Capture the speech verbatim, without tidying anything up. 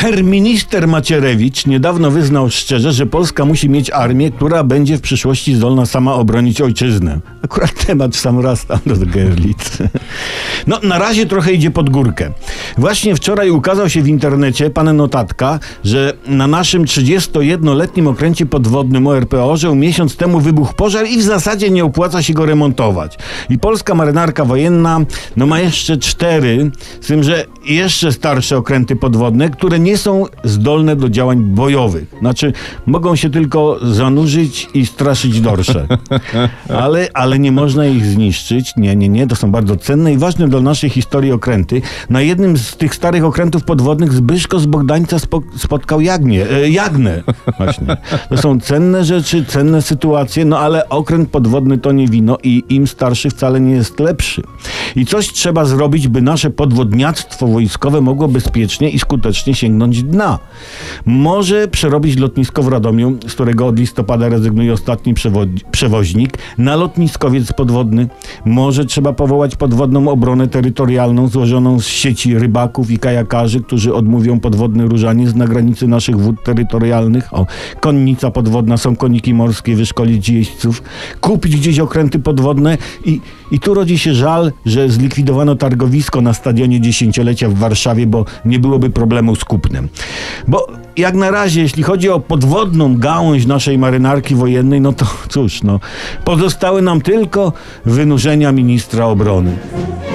Herr minister Macierewicz niedawno wyznał szczerze, że Polska musi mieć armię, która będzie w przyszłości zdolna sama obronić ojczyznę. Akurat temat sam raz tam do Gerlitz. No, na razie trochę idzie pod górkę. Właśnie wczoraj ukazał się w internecie pan notatka, że na naszym trzydziestojednoletnim okręcie podwodnym O R P O orzeł miesiąc temu wybuchł pożar i w zasadzie nie opłaca się go remontować. I polska marynarka wojenna no ma jeszcze cztery, z tym, że jeszcze starsze okręty podwodne, które nie są zdolne do działań bojowych. Znaczy, mogą się tylko zanurzyć i straszyć dorsze. Ale, ale nie można ich zniszczyć. Nie, nie, nie. To są bardzo cenne i ważne dla naszej historii okręty. Na jednym z tych starych okrętów podwodnych Zbyszko z Bogdańca spo, spotkał jagnię, e, jagnę. Właśnie. To są cenne rzeczy, cenne sytuacje, no ale okręt podwodny to nie wino i im starszy wcale nie jest lepszy. I coś trzeba zrobić, by nasze podwodniactwo wojskowe mogło bezpiecznie i skutecznie sięgnąć dna. Może przerobić lotnisko w Radomiu, z którego od listopada rezygnuje ostatni przewo- przewoźnik, na lotniskowiec podwodny. Może trzeba powołać podwodną obronę terytorialną złożoną z sieci rybaków i kajakarzy, którzy odmówią podwodny różaniec na granicy naszych wód terytorialnych. O, konnica podwodna, są koniki morskie, wyszkolić jeźdźców, kupić gdzieś okręty podwodne i, i tu rodzi się żal, że zlikwidowano targowisko na stadionie dziesięciolecia w Warszawie, bo nie byłoby problemu z kupnem. Bo jak na razie, jeśli chodzi o podwodną gałąź naszej marynarki wojennej, no to cóż, no, pozostały nam tylko wynurzenia ministra obrony.